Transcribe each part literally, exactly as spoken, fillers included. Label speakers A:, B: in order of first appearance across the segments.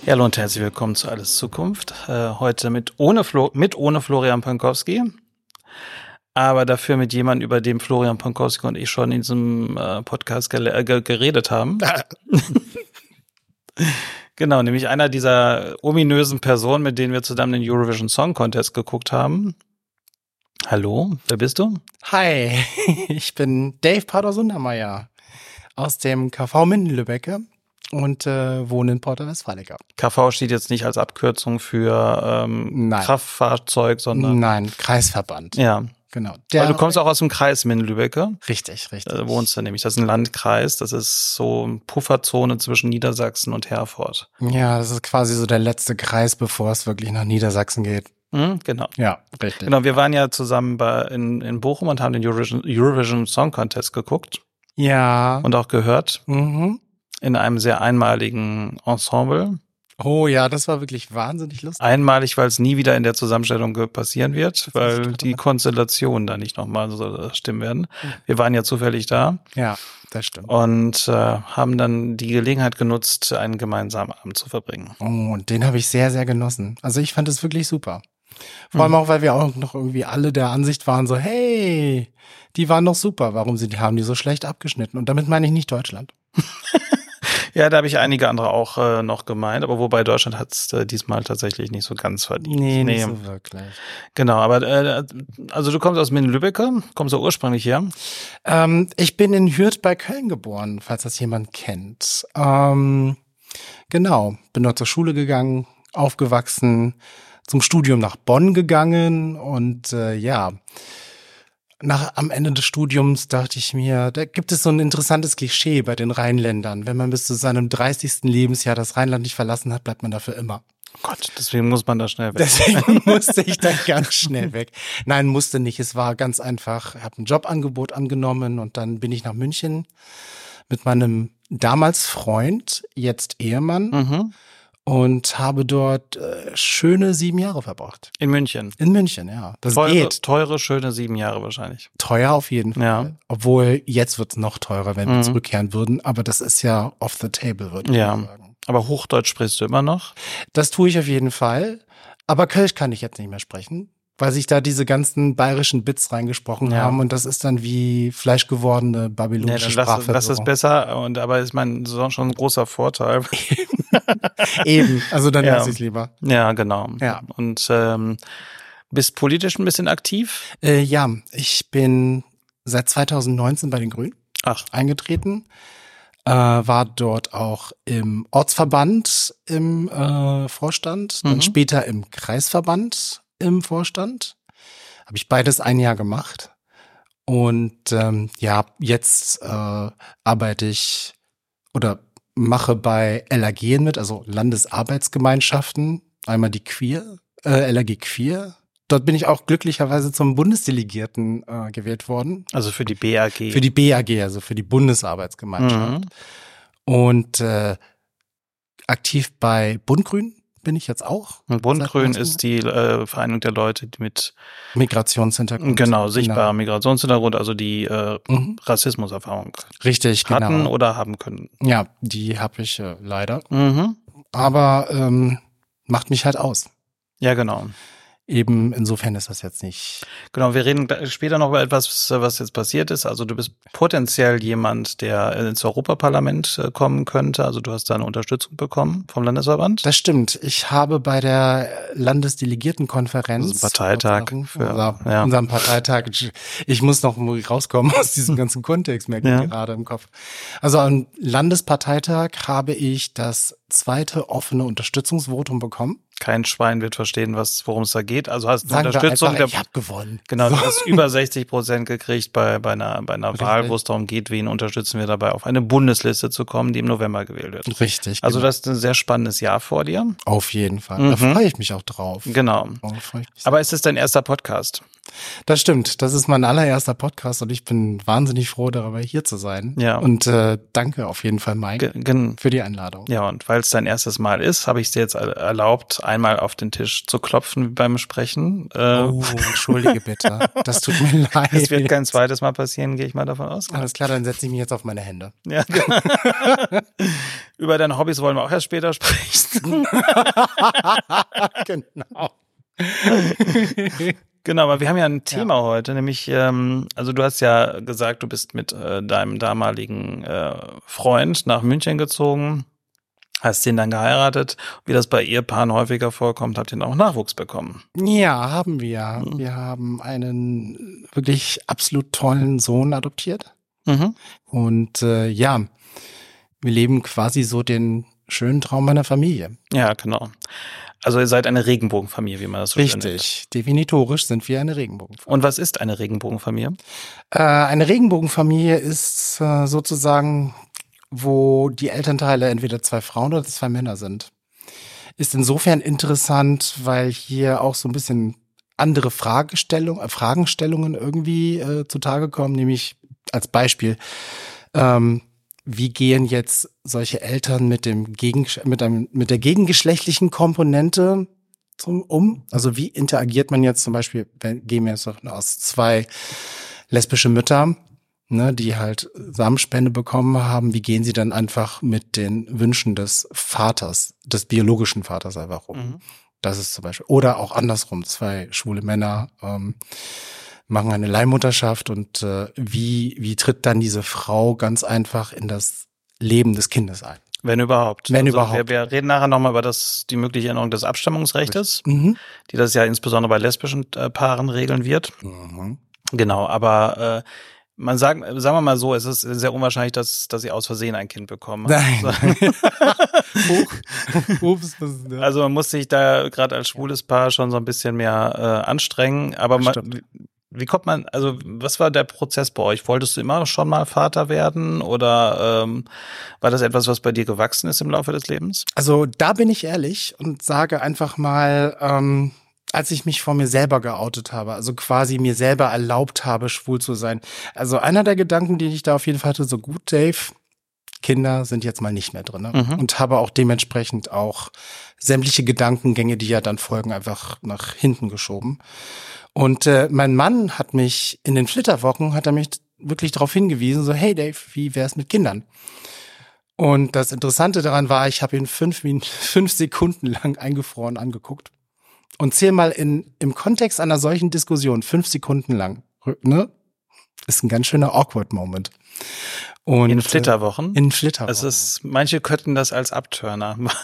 A: Ja, hallo und herzlich willkommen zu Alles Zukunft. Äh, heute mit ohne, Flo- mit ohne Florian Pankowski, aber dafür mit jemandem, über den Florian Pankowski und ich schon in diesem äh, Podcast gele- äh, ge- geredet haben. Genau, nämlich einer dieser ominösen Personen, mit denen wir zusammen den Eurovision Song Contest geguckt haben. Hallo, wer bist du?
B: Hi, ich bin Dave Pader-Sundermeier aus dem K V Minden-Lübbecke und äh, wohne in Porta Westfalica.
A: K V steht jetzt nicht als Abkürzung für ähm,
B: Nein.
A: Kraftfahrzeug, sondern...
B: Nein, Kreisverband.
A: Ja,
B: Genau.
A: weil du kommst auch aus dem Kreis Minden-Lübbecke.
B: Richtig, richtig.
A: Da wohnst du nämlich. Das ist ein Landkreis. Das ist so eine Pufferzone zwischen Niedersachsen und Herford.
B: Ja, das ist quasi so der letzte Kreis, bevor es wirklich nach Niedersachsen geht.
A: Mhm, genau.
B: Ja, richtig.
A: Genau, wir waren ja zusammen bei, in, in Bochum und haben den Eurovision, Eurovision Song Contest geguckt
B: Ja.
A: und auch gehört.
B: Mhm.
A: In einem sehr einmaligen Ensemble.
B: Oh ja, das war wirklich wahnsinnig lustig.
A: Einmalig, weil es nie wieder in der Zusammenstellung ge- passieren wird, weil
B: total.
A: die Konstellationen da nicht nochmal so stimmen werden. Wir waren ja zufällig da.
B: Ja, das stimmt.
A: Und äh, haben dann die Gelegenheit genutzt, einen gemeinsamen Abend zu verbringen.
B: Oh, und den habe ich sehr, sehr genossen. Also ich fand es wirklich super. Vor allem auch, weil wir auch noch irgendwie alle der Ansicht waren, so, hey, die waren doch super. Warum sind, haben die so schlecht abgeschnitten? Und damit meine ich nicht Deutschland.
A: Ja, da habe ich einige andere auch äh, noch gemeint, aber wobei Deutschland hat es äh, diesmal tatsächlich nicht so ganz verdient.
B: Nee, nicht so wirklich.
A: Genau, aber äh, also du kommst aus Minden-Lübbecke, kommst du ursprünglich her?
B: Ähm, ich bin in Hürth bei Köln geboren, falls das jemand kennt. Ähm, genau, bin dort zur Schule gegangen, aufgewachsen, zum Studium nach Bonn gegangen und äh, ja, nach am Ende des Studiums dachte ich mir, da gibt es so ein interessantes Klischee bei den Rheinländern. Wenn man bis zu seinem dreißigsten Lebensjahr das Rheinland nicht verlassen hat, bleibt man dafür immer.
A: Gott, deswegen muss man da schnell weg.
B: Deswegen musste ich da ganz schnell weg. Nein, musste nicht. Es war ganz einfach. Ich habe ein Jobangebot angenommen und dann bin ich nach München mit meinem damals Freund, jetzt Ehemann,
A: Mhm.
B: und habe dort äh, schöne sieben Jahre verbracht.
A: In München.
B: In München, ja. Das
A: Teure,
B: geht.
A: teure, schöne sieben Jahre wahrscheinlich.
B: Teuer auf jeden Fall.
A: Ja.
B: Obwohl, jetzt wird's noch teurer, wenn wir
A: Mhm.
B: zurückkehren würden. Aber das ist ja off the table, würde ich
A: Ja.
B: mal sagen.
A: Aber Hochdeutsch sprichst du immer noch?
B: Das tue ich auf jeden Fall. Aber Kölsch kann ich jetzt nicht mehr sprechen, weil sich da diese ganzen bayerischen Bits reingesprochen
A: Ja.
B: haben. Und das ist dann wie fleischgewordene
A: Nee,
B: babylonische
A: dann lass,
B: Sprache.
A: lass es besser. Und aber ist mein so schon ein großer Vorteil.
B: Eben, also dann
A: Ja.
B: lass ich lieber.
A: Ja, genau.
B: Ja.
A: Und ähm, bist politisch ein bisschen aktiv?
B: Äh, ja, ich bin seit zweitausendneunzehn bei den Grünen
A: Ach,
B: eingetreten. Äh, war dort auch im Ortsverband im äh, Vorstand, dann
A: Mhm.
B: später im Kreisverband im Vorstand. Habe ich beides ein Jahr gemacht. Und ähm, ja, jetzt äh, arbeite ich oder mache bei L A G mit, also Landesarbeitsgemeinschaften, einmal die Queer, äh, L A G Queer. Dort bin ich auch glücklicherweise zum Bundesdelegierten äh, gewählt worden.
A: also für die B A G.
B: Für die B A G, also für die Bundesarbeitsgemeinschaft.
A: Mhm.
B: Und äh, aktiv bei Bundgrün bin ich jetzt auch.
A: Und Bundgrün
B: Seit
A: ist die äh, Vereinigung der Leute die mit
B: Migrationshintergrund.
A: genau sichtbarer Migrationshintergrund, also die äh,
B: Mhm.
A: Rassismuserfahrung
B: Richtig,
A: hatten
B: genau.
A: oder haben können.
B: Ja, die habe ich äh, leider.
A: Mhm.
B: Aber ähm, macht mich halt aus.
A: Ja, genau.
B: Eben insofern ist das jetzt nicht.
A: Genau, wir reden gleich später noch über etwas, was jetzt passiert ist. Also du bist potenziell jemand, der ins Europaparlament äh, kommen könnte. Also du hast da eine Unterstützung bekommen vom Landesverband.
B: Das stimmt. Ich habe bei der Landesdelegiertenkonferenz,
A: Also Parteitag für-
B: unser,
A: ja.
B: unserem Parteitag, ich muss noch mal rauskommen aus diesem ganzen Kontext, merke
A: Ja.
B: ich gerade im Kopf. Also am Landesparteitag habe ich das zweite offene Unterstützungsvotum bekommen.
A: Kein Schwein wird verstehen, was worum es da geht. Also hast du
B: Sagen wir
A: Unterstützung
B: einfach,
A: der
B: ich habe gewonnen.
A: Genau, du
B: So.
A: hast über sechzig Prozent gekriegt bei, bei einer, bei einer
B: Richtig.
A: Wahl, wo es darum geht, wen unterstützen wir dabei, auf eine Bundesliste zu kommen, die im November gewählt wird.
B: Richtig.
A: Also
B: genau.
A: das ist ein sehr spannendes Jahr vor dir.
B: Auf jeden Fall.
A: Mhm.
B: Da freue ich mich auch drauf.
A: Genau.
B: Oh, da freue ich mich
A: Aber ist es dein erster Podcast?
B: Das stimmt. Das ist mein allererster Podcast und ich bin wahnsinnig froh, darüber hier zu sein.
A: Ja.
B: Und äh, danke auf jeden Fall, Mike,
A: Ge- gen-
B: für die Einladung.
A: Ja, und weil es dein erstes Mal ist, habe ich dir jetzt erlaubt, einmal auf den Tisch zu klopfen beim Sprechen.
B: Oh, entschuldige bitte. Das tut mir leid.
A: Es wird kein zweites Mal passieren, gehe ich mal davon aus.
B: Alles klar, dann setze ich mich jetzt auf meine Hände.
A: Ja, genau. Über deine Hobbys wollen wir auch erst später sprechen.
B: Genau.
A: Genau, aber wir haben ja ein Thema
B: Ja.
A: heute, nämlich, ähm, also du hast ja gesagt, du bist mit äh, deinem damaligen äh, Freund nach München gezogen, hast den dann geheiratet. Wie das bei Ehepaaren häufiger vorkommt, habt ihr auch Nachwuchs bekommen.
B: Ja, haben wir.
A: Mhm.
B: Wir haben einen wirklich absolut tollen Sohn adoptiert.
A: Mhm.
B: Und äh, ja, wir leben quasi so den schönen Traum meiner Familie.
A: Ja, genau. Also ihr seid eine Regenbogenfamilie, wie man das so schön nennt.
B: Richtig. Definitorisch sind wir eine Regenbogenfamilie.
A: Und was ist eine Regenbogenfamilie?
B: Äh, eine Regenbogenfamilie ist äh, sozusagen, wo die Elternteile entweder zwei Frauen oder zwei Männer sind. Ist insofern interessant, weil hier auch so ein bisschen andere Fragestellung, äh, Fragestellungen irgendwie äh, zutage kommen, nämlich als Beispiel, ähm, wie gehen jetzt solche Eltern mit dem Gegen, mit einem, mit der gegengeschlechtlichen Komponente zum, um? Also wie interagiert man jetzt zum Beispiel, wenn, gehen wir jetzt davon aus, zwei lesbische Mütter, ne, die halt Samenspende bekommen haben, wie gehen sie dann einfach mit den Wünschen des Vaters, des biologischen Vaters einfach um?
A: Mhm.
B: Das ist zum Beispiel, oder auch andersrum, zwei schwule Männer, ähm, machen eine Leihmutterschaft und äh, wie wie tritt dann diese Frau ganz einfach in das Leben des Kindes ein?
A: Wenn überhaupt.
B: Wenn
A: also
B: überhaupt.
A: Wir, wir reden nachher nochmal über das, die mögliche Änderung des Abstammungsrechtes,
B: Mhm.
A: die das ja insbesondere bei lesbischen äh, Paaren regeln wird.
B: Mhm.
A: Genau, aber äh, man sagt, sagen wir mal so, es ist sehr unwahrscheinlich, dass, dass sie aus Versehen ein Kind bekommen.
B: Nein.
A: Also,
B: Ups, was ist das?
A: also man muss sich da gerade als schwules Paar schon so ein bisschen mehr äh, anstrengen. Aber man,
B: Stimmt.
A: wie, wie kommt man, also was war der Prozess bei euch? Wolltest du immer schon mal Vater werden oder ähm, war das etwas, was bei dir gewachsen ist im Laufe des Lebens?
B: Also da bin ich ehrlich und sage einfach mal, ähm, als ich mich vor mir selber geoutet habe, also quasi mir selber erlaubt habe, schwul zu sein. Also einer der Gedanken, die ich da auf jeden Fall hatte, so gut, Dave, Kinder sind jetzt mal nicht mehr drin. Ne?
A: Mhm.
B: Und habe auch dementsprechend auch sämtliche Gedankengänge, die ja dann folgen, einfach nach hinten geschoben. Und äh, mein Mann hat mich in den Flitterwochen, hat er mich wirklich darauf hingewiesen, so, hey Dave, wie wär's mit Kindern? Und das Interessante daran war, ich habe ihn fünf, Min- fünf Sekunden lang eingefroren angeguckt. Und zähl mal in, im Kontext einer solchen Diskussion, fünf Sekunden lang, ne? Ist ein ganz schöner awkward Moment. Und,
A: In Flitterwochen?
B: Äh, in Flitterwochen.
A: Es ist, manche könnten das als Abturner machen.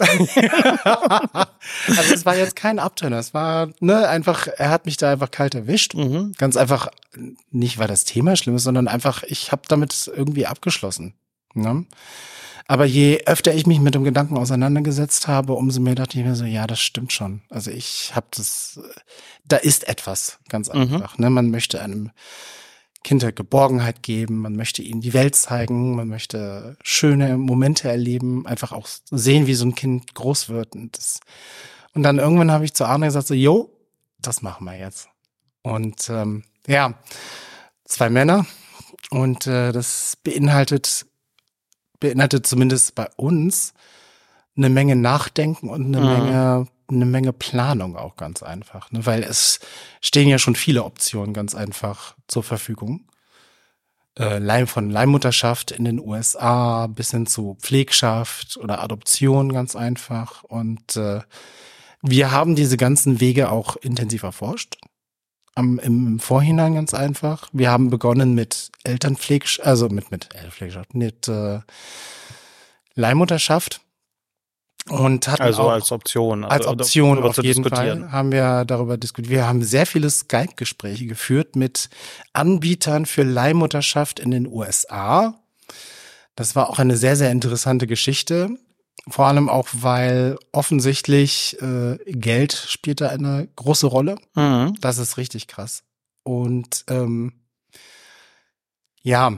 B: Also es war jetzt kein Abturner, es war, ne, einfach, er hat mich da einfach kalt erwischt.
A: Mhm.
B: Ganz einfach, nicht weil das Thema schlimm ist, sondern einfach, ich habe damit irgendwie abgeschlossen. Ne? Aber je öfter ich mich mit dem Gedanken auseinandergesetzt habe, umso mehr dachte ich mir so, ja, das stimmt schon. Also ich habe das, da ist etwas, ganz einfach. Mhm. Ne? Man möchte einem Kind Geborgenheit geben, man möchte ihnen die Welt zeigen, man möchte schöne Momente erleben, einfach auch sehen, wie so ein Kind groß wird. Und, das, und dann irgendwann habe ich zu Arne gesagt, so, jo, das machen wir jetzt. Und ähm, ja, zwei Männer und äh, das beinhaltet beinhaltet zumindest bei uns eine Menge Nachdenken und eine mhm. Menge eine Menge Planung auch ganz einfach, ne? Weil es stehen ja schon viele Optionen ganz einfach zur Verfügung. Äh, Leih von Leihmutterschaft in den U S A bis hin zu Pflegschaft oder Adoption ganz einfach. Und äh, wir haben diese ganzen Wege auch intensiv erforscht. Am, im Vorhinein ganz einfach. Wir haben begonnen mit Elternpflegschaft, also mit, mit Elternpflegschaft, mit äh, Leihmutterschaft. Und hatten
A: also
B: auch
A: als Option.
B: Also als Option auf jeden Fall haben wir darüber diskutiert. Wir haben sehr viele Skype-Gespräche geführt mit Anbietern für Leihmutterschaft in den U S A. Das war auch eine sehr, sehr interessante Geschichte. Vor allem auch, weil offensichtlich äh, Geld spielt da eine große Rolle. Mhm. Das ist richtig krass. Und ähm, ja,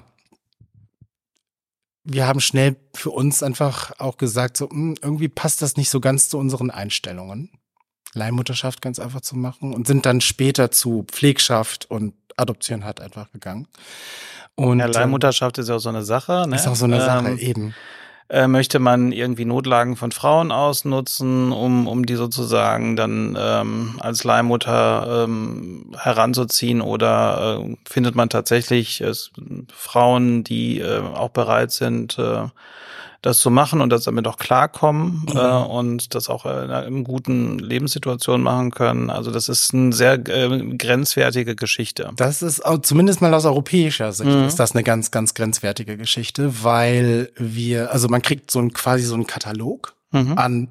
B: wir haben schnell für uns einfach auch gesagt, so mh, irgendwie passt das nicht so ganz zu unseren Einstellungen, Leihmutterschaft ganz einfach zu machen, und sind dann später zu Pflegschaft und Adoption halt einfach gegangen. Und
A: ja, Leihmutterschaft äh, ist ja auch so eine Sache. Ne?
B: Ist auch so eine
A: ähm,
B: Sache, eben.
A: Äh, möchte man irgendwie Notlagen von Frauen ausnutzen, um um die sozusagen dann ähm, als Leihmutter ähm, heranzuziehen, oder äh, findet man tatsächlich äh, Frauen, die äh, auch bereit sind, äh, das zu machen und das damit auch klarkommen mhm. äh, und das auch in einer guten Lebenssituation machen können. Also das ist eine sehr äh, grenzwertige Geschichte.
B: Das ist auch, zumindest mal aus europäischer Sicht, mhm. ist das eine ganz, ganz grenzwertige Geschichte, weil wir, also man kriegt so ein quasi so einen Katalog mhm. an,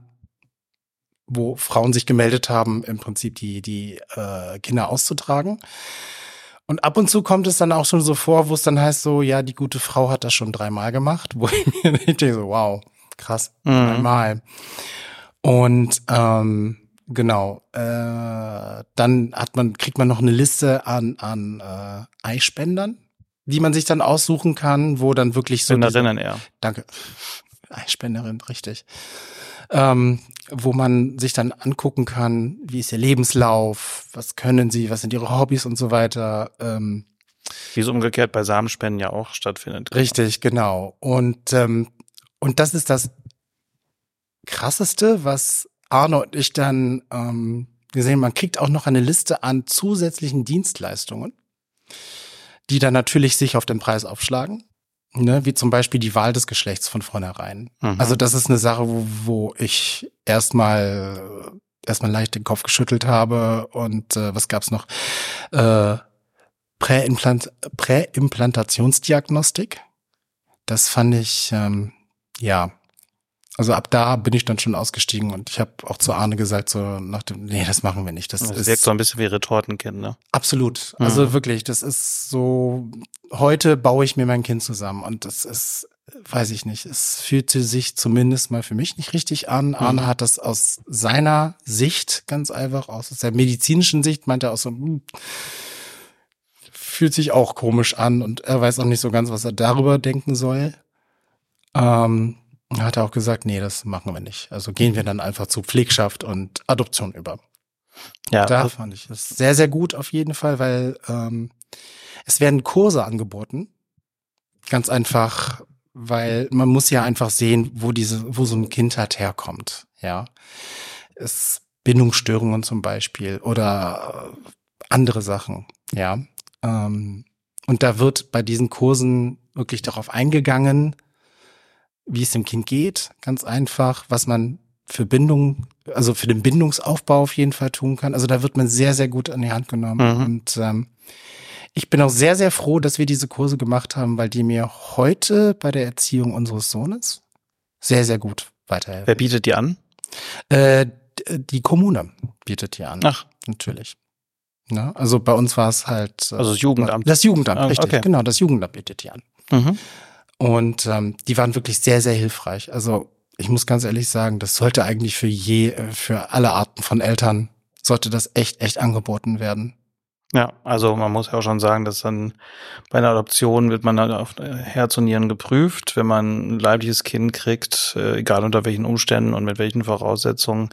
B: wo Frauen sich gemeldet haben, im Prinzip die die äh, Kinder auszutragen. Und ab und zu kommt es dann auch schon so vor, wo es dann heißt so, ja, die gute Frau hat das schon dreimal gemacht, wo ich mir denke so, wow, krass, mhm. dreimal. Und ähm, genau, äh, dann hat man kriegt man noch eine Liste an an äh, Eispendern, die man sich dann aussuchen kann, wo dann wirklich so
A: Spenderinnen, ja.
B: Danke, Eispenderin, richtig. Ähm, wo man sich dann angucken kann, wie ist ihr Lebenslauf, was können sie, was sind ihre Hobbys und so weiter. Ähm,
A: wie es umgekehrt bei Samenspenden ja auch stattfindet.
B: Richtig, genau. Und ähm, und das ist das Krasseste, was Arne und ich dann ähm, gesehen haben. Man kriegt auch noch eine Liste an zusätzlichen Dienstleistungen, die dann natürlich sich auf den Preis aufschlagen. Ne, wie zum Beispiel die Wahl des Geschlechts von vornherein. Mhm. Also das ist eine Sache, wo, wo ich erstmal erstmal leicht den Kopf geschüttelt habe. Und äh, was gab's noch? Äh, Präimplant, Präimplantationsdiagnostik. Das fand ich, ähm, ja, also ab da bin ich dann schon ausgestiegen und ich habe auch zu Arne gesagt, so nach dem, nee, das machen wir nicht. Das,
A: das
B: ist
A: wirkt so ein bisschen wie Retortenkind, ne?
B: Absolut. Also mhm. wirklich, das ist so, heute baue ich mir mein Kind zusammen und das ist, weiß ich nicht, es fühlte sich zumindest mal für mich nicht richtig an. Mhm. Arne hat das aus seiner Sicht ganz einfach, aus der medizinischen Sicht, meinte er auch so, hm, fühlt sich auch komisch an und er weiß auch nicht so ganz, was er darüber denken soll. Ähm, hat er auch gesagt, nee, das machen wir nicht. Also gehen wir dann einfach zu Pflegschaft und Adoption über. Ja, da fand ich das sehr, sehr gut auf jeden Fall, weil ähm, es werden Kurse angeboten. Ganz einfach, weil man muss ja einfach sehen, wo diese, wo so ein Kind halt herkommt. Ja, es Bindungsstörungen zum Beispiel oder andere Sachen. Ja, ähm, und da wird bei diesen Kursen wirklich darauf eingegangen, wie es dem Kind geht, ganz einfach, was man für Bindung, also für den Bindungsaufbau auf jeden Fall tun kann. Also da wird man sehr, sehr gut an die Hand genommen. Mhm. Und ähm, ich bin auch sehr, sehr froh, dass wir diese Kurse gemacht haben, weil die mir heute bei der Erziehung unseres Sohnes sehr, sehr gut weiterhelfen.
A: Wer bietet die an?
B: Äh, die Kommune bietet die an.
A: Ach.
B: Natürlich. Na, also bei uns war es halt...
A: Also das Jugendamt.
B: Das Jugendamt,
A: ah,
B: richtig.
A: Okay.
B: Genau, das Jugendamt bietet die an.
A: Mhm.
B: Und ähm, die waren wirklich sehr, sehr hilfreich. Also ich muss ganz ehrlich sagen, das sollte eigentlich für je, für alle Arten von Eltern, sollte das echt, echt angeboten werden.
A: Ja, also man muss ja auch schon sagen, dass dann bei einer Adoption wird man dann auf Herz und Nieren geprüft, wenn man ein leibliches Kind kriegt, äh, egal unter welchen Umständen und mit welchen Voraussetzungen.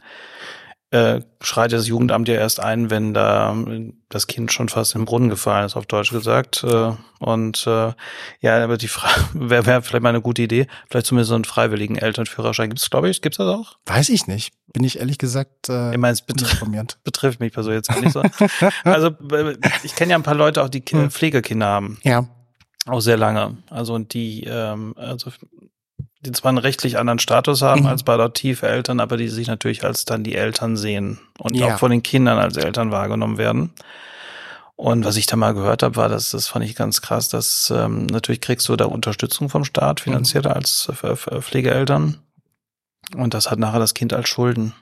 A: Äh, schreit das Jugendamt ja erst ein, wenn da das Kind schon fast im Brunnen gefallen ist, auf Deutsch gesagt. Äh, und äh, ja, aber die Frage wäre wär vielleicht mal eine gute Idee, vielleicht zumindest so einen freiwilligen Elternführerschein. Gibt's, glaube ich, gibt's das auch?
B: Weiß ich nicht. Bin ich ehrlich gesagt äh,
A: ich meine, es betr- betrifft mich persönlich jetzt gar nicht so. Also ich kenne ja ein paar Leute, auch die Ki- Pflegekinder haben.
B: Ja.
A: Auch sehr lange. Also und die, ähm, also die zwar einen rechtlich anderen Status haben mhm. als bei Adoptiveltern, aber die sich natürlich als dann die Eltern sehen und ja. auch von den Kindern als Eltern wahrgenommen werden. Und was ich da mal gehört habe, war, dass das fand ich ganz krass, dass ähm, natürlich kriegst du da Unterstützung vom Staat finanziell mhm. als äh, Pflegeeltern und das hat nachher das Kind als Schulden.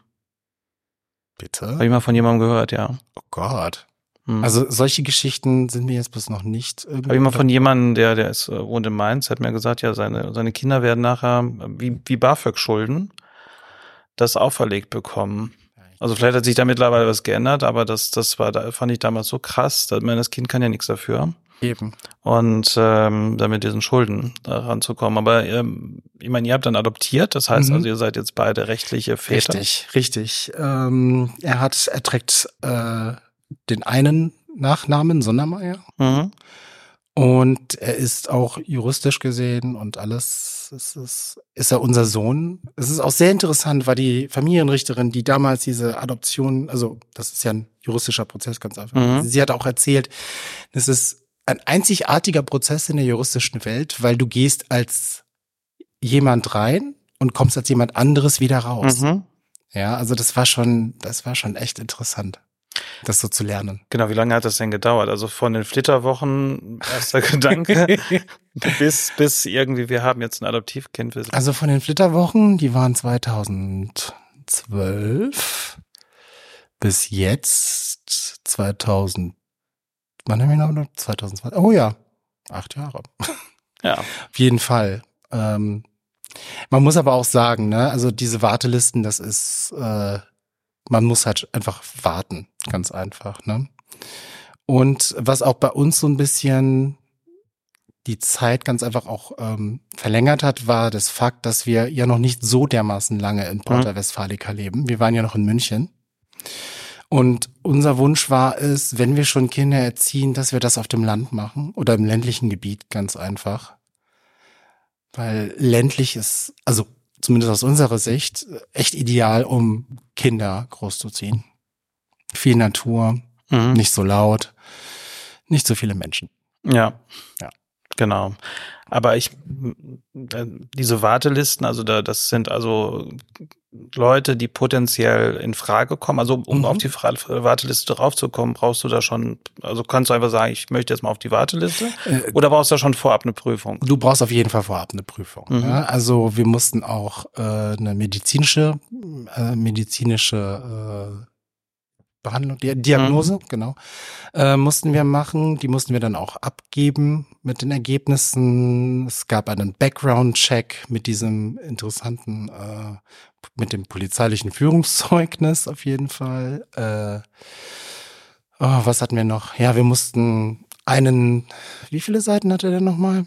B: Bitte?
A: Habe ich mal von jemandem gehört, ja.
B: Oh Gott. Also solche Geschichten sind mir jetzt bis noch nicht.
A: Habe ich mal von jemandem, der der ist wohnt in Mainz, hat mir gesagt, ja seine seine Kinder werden nachher wie wie BAföG-Schulden das auferlegt bekommen. Also vielleicht hat sich da mittlerweile was geändert, aber das das war da fand ich damals so krass. Ich meine, das Kind kann ja nichts dafür.
B: Eben.
A: Und ähm, damit diesen Schulden da ranzukommen. Aber ähm, ich meine, ihr habt dann adoptiert, das heißt mhm. also, ihr seid jetzt beide rechtliche Väter.
B: Richtig, richtig. Ähm, er hat er trägt äh, den einen Nachnamen Sondermeier.
A: Mhm.
B: Und er ist auch juristisch gesehen und alles, es ist, ist er unser Sohn. Es ist auch sehr interessant, weil die Familienrichterin, die damals diese Adoption, also das ist ja ein juristischer Prozess, ganz einfach.
A: Mhm.
B: Sie hat auch erzählt, es ist ein einzigartiger Prozess in der juristischen Welt, weil du gehst als jemand rein und kommst als jemand anderes wieder raus.
A: Mhm.
B: Ja, also das war schon, das war schon echt interessant, das so zu lernen.
A: Genau, wie lange hat das denn gedauert? Also von den Flitterwochen, erster Gedanke, bis, bis irgendwie, wir haben jetzt ein Adoptivkind.
B: Also von den Flitterwochen, die waren zweitausendzwölf bis jetzt zweitausend, wann haben wir noch? zweitausendzwanzig, oh ja, acht Jahre.
A: Ja.
B: Auf jeden Fall. Ähm, man muss aber auch sagen, ne, also diese Wartelisten, das ist, äh, man muss halt einfach warten, ganz einfach, ne? Und was auch bei uns so ein bisschen die Zeit ganz einfach auch ähm, verlängert hat, war das Fakt, dass wir ja noch nicht so dermaßen lange in Porta Westfalica leben. Wir waren ja noch in München. Und unser Wunsch war es, wenn wir schon Kinder erziehen, dass wir das auf dem Land machen oder im ländlichen Gebiet, ganz einfach. Weil ländlich ist, also zumindest aus unserer Sicht, echt ideal, um Kinder großzuziehen. Viel Natur,
A: Mhm.
B: nicht so laut, nicht so viele Menschen.
A: Ja.
B: Ja.
A: Genau. Aber ich, diese Wartelisten, also da, das sind also Leute, die potenziell in Frage kommen. Also um
B: Mhm.
A: auf die Warteliste draufzukommen, brauchst du da schon, also kannst du einfach sagen, ich möchte jetzt mal auf die Warteliste?
B: Äh,
A: Oder brauchst du da schon vorab eine Prüfung?
B: Du brauchst auf jeden Fall vorab eine Prüfung.
A: Mhm.
B: Ja? Also wir mussten auch äh, eine medizinische, äh, medizinische äh, Behandlung, Di- Diagnose,
A: Mhm.
B: genau, äh, mussten wir machen. Die mussten wir dann auch abgeben mit den Ergebnissen. Es gab einen Background-Check mit diesem interessanten, äh, mit dem polizeilichen Führungszeugnis auf jeden Fall. Äh, oh, was hatten wir noch? Ja, wir mussten einen, wie viele Seiten hatte der nochmal?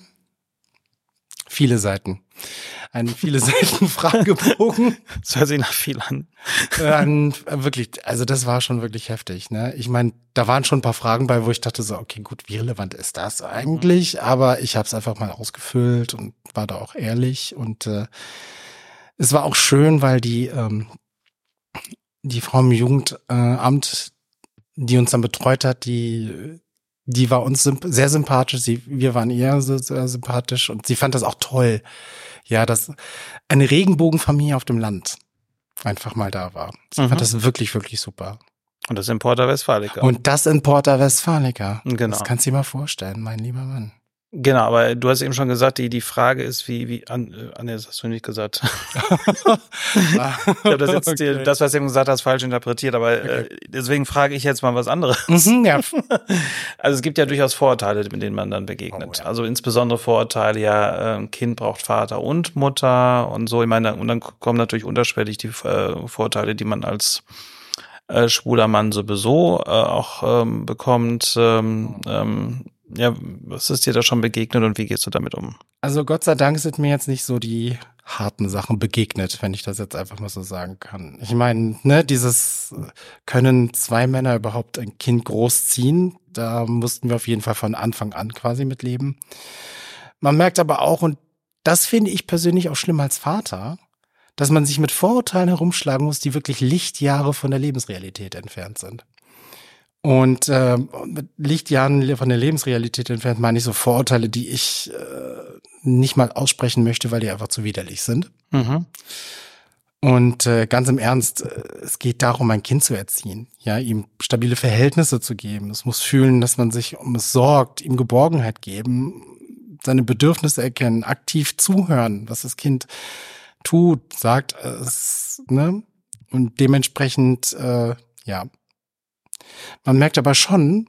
B: Viele Seiten. Einen viele Seiten Fragebogen.
A: Das hört sich nach viel an.
B: Ähm, wirklich, also das war schon wirklich heftig. Ne? Ich meine, da waren schon ein paar Fragen bei, wo ich dachte so, okay, gut, wie relevant ist das eigentlich? Aber ich habe es einfach mal ausgefüllt und war da auch ehrlich. Und äh, es war auch schön, weil die ähm, die Frau im Jugendamt, die uns dann betreut hat, die die war uns symp- sehr sympathisch. Sie, wir waren ihr sehr, sehr sympathisch und sie fand das auch toll. Ja, dass eine Regenbogenfamilie auf dem Land einfach mal da war. Ich
A: Mhm.
B: fand das wirklich, wirklich super.
A: Und das in Porta Westfalica.
B: Und das in Porta Westfalica.
A: Genau.
B: Das kannst du dir mal vorstellen, mein lieber Mann.
A: Genau, aber du hast eben schon gesagt, die, die Frage ist, wie, wie, an, äh, ah, nee, das hast du nicht gesagt. Ich habe das jetzt,
B: Okay.
A: das, was du eben gesagt hast, falsch interpretiert, aber
B: Okay.
A: äh, deswegen frage ich jetzt mal was anderes.
B: Mhm, ja.
A: Also es gibt ja durchaus Vorurteile, mit denen man dann begegnet.
B: Oh, ja.
A: Also insbesondere Vorurteile, ja, äh, ein Kind braucht Vater und Mutter und so. Ich meine, und dann kommen natürlich unterschwellig die äh, Vorurteile, die man als äh, schwuler Mann sowieso äh, auch ähm, bekommt. Ähm, ähm, ja, was ist dir da schon begegnet und wie gehst du damit um?
B: Also Gott sei Dank sind mir jetzt nicht so die harten Sachen begegnet, wenn ich das jetzt einfach mal so sagen kann. Ich meine, ne, dieses, können zwei Männer überhaupt ein Kind großziehen? Da mussten wir auf jeden Fall von Anfang an quasi mitleben. Man merkt aber auch, und das finde ich persönlich auch schlimm als Vater, dass man sich mit Vorurteilen herumschlagen muss, die wirklich Lichtjahre von der Lebensrealität entfernt sind. Und äh, mit Lichtjahren von der Lebensrealität entfernt meine ich so Vorurteile, die ich äh, nicht mal aussprechen möchte, weil die einfach zu widerlich sind.
A: Mhm.
B: Und äh, ganz im Ernst, äh, es geht darum, ein Kind zu erziehen, ja, ihm stabile Verhältnisse zu geben. Es muss fühlen, dass man sich um es sorgt, ihm Geborgenheit geben, seine Bedürfnisse erkennen, aktiv zuhören, was das Kind tut, sagt es, ne? Und dementsprechend, äh, ja. Man merkt aber schon,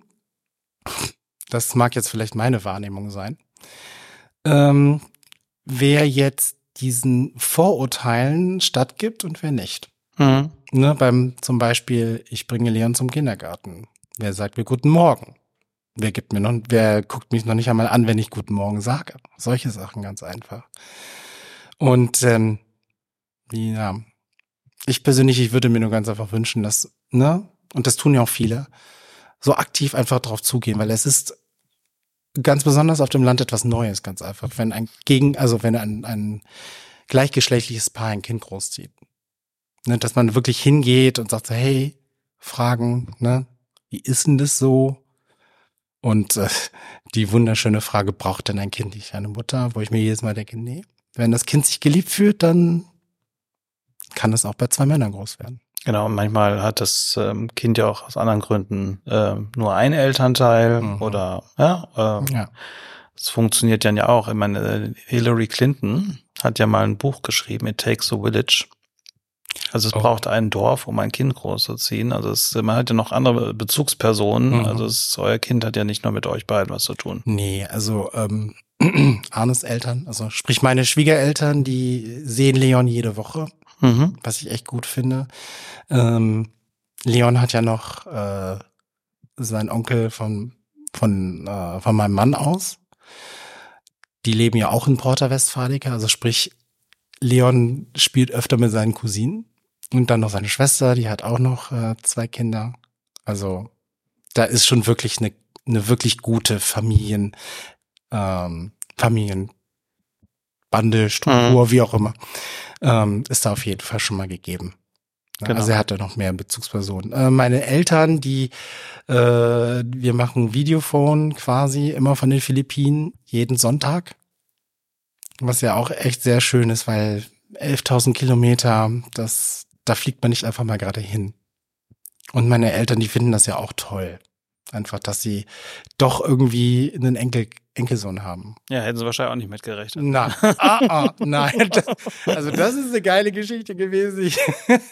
B: das mag jetzt vielleicht meine Wahrnehmung sein, ähm, wer jetzt diesen Vorurteilen stattgibt und wer nicht.
A: Mhm.
B: Ne, beim zum Beispiel, ich bringe Leon zum Kindergarten. Wer sagt mir Guten Morgen? Wer gibt mir noch, wer guckt mich noch nicht einmal an, wenn ich Guten Morgen sage? Solche Sachen ganz einfach. Und ähm, ja, ich persönlich, ich würde mir nur ganz einfach wünschen, dass, ne, und das tun ja auch viele, so aktiv einfach drauf zugehen, weil es ist ganz besonders auf dem Land etwas Neues, ganz einfach. Wenn ein gegen, also wenn ein, ein gleichgeschlechtliches Paar ein Kind großzieht. Ne, dass man wirklich hingeht und sagt so, hey, fragen, ne, wie ist denn das so? Und äh, die wunderschöne Frage, braucht denn ein Kind nicht eine Mutter? Wo ich mir jedes Mal denke, nee, wenn das Kind sich geliebt fühlt, dann kann es auch bei zwei Männern groß werden.
A: Genau, und manchmal hat das ähm, Kind ja auch aus anderen Gründen äh, nur einen Elternteil mhm. oder ja, äh,
B: ja.
A: Es funktioniert dann ja auch. Ich meine, Hillary Clinton hat ja mal ein Buch geschrieben, It Takes a Village. Also es oh. braucht ein Dorf, um ein Kind großzuziehen. Also es, man hat ja noch andere Bezugspersonen. Mhm. Also es, euer Kind hat ja nicht nur mit euch beiden was zu tun.
B: Nee, also ähm, Arnes Eltern, also sprich meine Schwiegereltern, die sehen Leon jede Woche, mhm. was ich echt gut finde. Ähm, Leon hat ja noch äh, seinen Onkel von von äh, von meinem Mann aus. Die leben ja auch in Porta Westfalica, also sprich Leon spielt öfter mit seinen Cousinen und dann noch seine Schwester, die hat auch noch äh, zwei Kinder. Also da ist schon wirklich eine eine wirklich gute Familien ähm, Familienbande, Struktur, mhm. wie auch immer, ähm, ist da auf jeden Fall schon mal gegeben. Genau. Also er hatte noch mehr Bezugspersonen. Äh, meine Eltern, die äh, wir machen Videophone quasi immer von den Philippinen jeden Sonntag. Was ja auch echt sehr schön ist, weil elftausend Kilometer, das, da fliegt man nicht einfach mal gerade hin. Und meine Eltern, die finden das ja auch toll. Einfach, dass sie doch irgendwie einen Enkel, Enkelsohn haben.
A: Ja, hätten sie wahrscheinlich auch nicht mitgerechnet.
B: Na, ah, ah, nein. Das, also das ist eine geile Geschichte gewesen. Ich,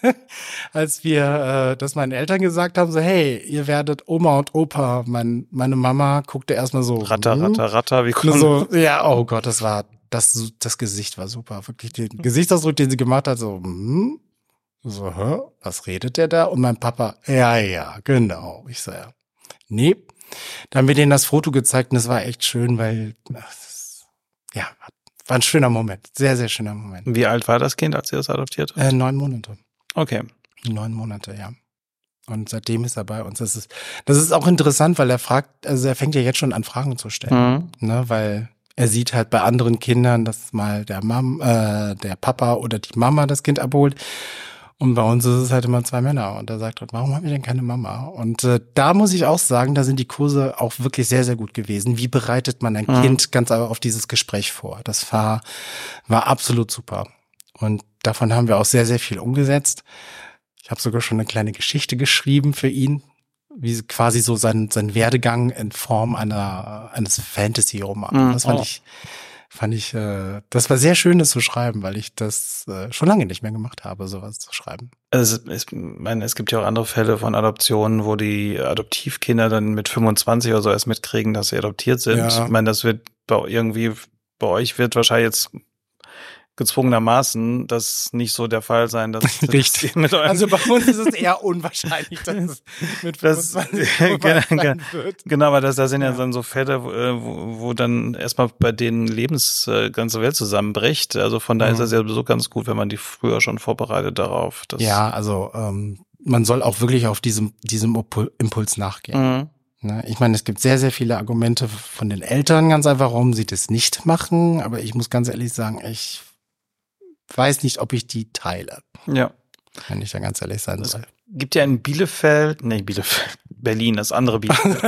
B: als wir äh, das meinen Eltern gesagt haben, so hey, ihr werdet Oma und Opa. Mein, meine Mama guckte erstmal so.
A: Ratter, hm, ratter, ratter, wie kommt
B: so, ja, oh Gott, das war, das, das Gesicht war super. Wirklich, den Gesichtsausdruck, den sie gemacht hat, so, hm, so, hä, was redet der da? Und mein Papa, ja, ja, genau. Ich so, ja. Nee, dann haben wir denen das Foto gezeigt und es war echt schön, weil, das, ja, war ein schöner Moment. Sehr, sehr schöner Moment.
A: Wie alt war das Kind, als ihr das adoptiert habt?
B: Äh, neun Monate.
A: Okay.
B: Neun Monate, ja. Und seitdem ist er bei uns. Das ist, das ist auch interessant, weil er fragt, also er fängt ja jetzt schon an, Fragen zu stellen. Mhm. Ne, weil er sieht halt bei anderen Kindern, dass mal der Mam, äh, der Papa oder die Mama das Kind abholt. Und bei uns ist es halt immer zwei Männer. Und er sagt halt, warum haben wir denn keine Mama? Und äh, da muss ich auch sagen, da sind die Kurse auch wirklich sehr, sehr gut gewesen. Wie bereitet man ein mhm. Kind ganz einfach auf dieses Gespräch vor? Das war, war absolut super. Und davon haben wir auch sehr, sehr viel umgesetzt. Ich habe sogar schon eine kleine Geschichte geschrieben für ihn, wie quasi so sein, sein Werdegang in Form einer eines Fantasy-Romans. Mhm. Das fand oh. ich... Fand ich, äh, das war sehr schön, das zu schreiben, weil ich das äh, schon lange nicht mehr gemacht habe, sowas zu schreiben.
A: Also es, ich meine, es gibt ja auch andere Fälle von Adoptionen, wo die Adoptivkinder dann mit fünfundzwanzig oder so erst mitkriegen, dass sie adoptiert sind. Ja. Ich meine, das wird bei irgendwie, bei euch wird wahrscheinlich jetzt gezwungenermaßen das nicht so der Fall sein, dass
B: richtig. Mit also bei uns ist es eher unwahrscheinlich, dass es mit fünfundzwanzig das,
A: genau, wird. Genau, aber das, da sind ja, ja dann so Fälle, wo, wo dann erstmal bei denen Lebens äh, ganze Welt zusammenbricht. Also von daher mhm. ist das ja so ganz gut, wenn man die früher schon vorbereitet darauf. Dass
B: ja, also ähm, man soll auch wirklich auf diesem diesem Impuls nachgehen. Mhm. Ich meine, es gibt sehr, sehr viele Argumente von den Eltern, ganz einfach, warum sie das nicht machen. Aber ich muss ganz ehrlich sagen, ich weiß nicht, ob ich die teile.
A: Ja.
B: Wenn ich da ganz ehrlich sein soll.
A: Es gibt ja in Bielefeld, nee, Bielefeld, Berlin, das andere Bielefeld.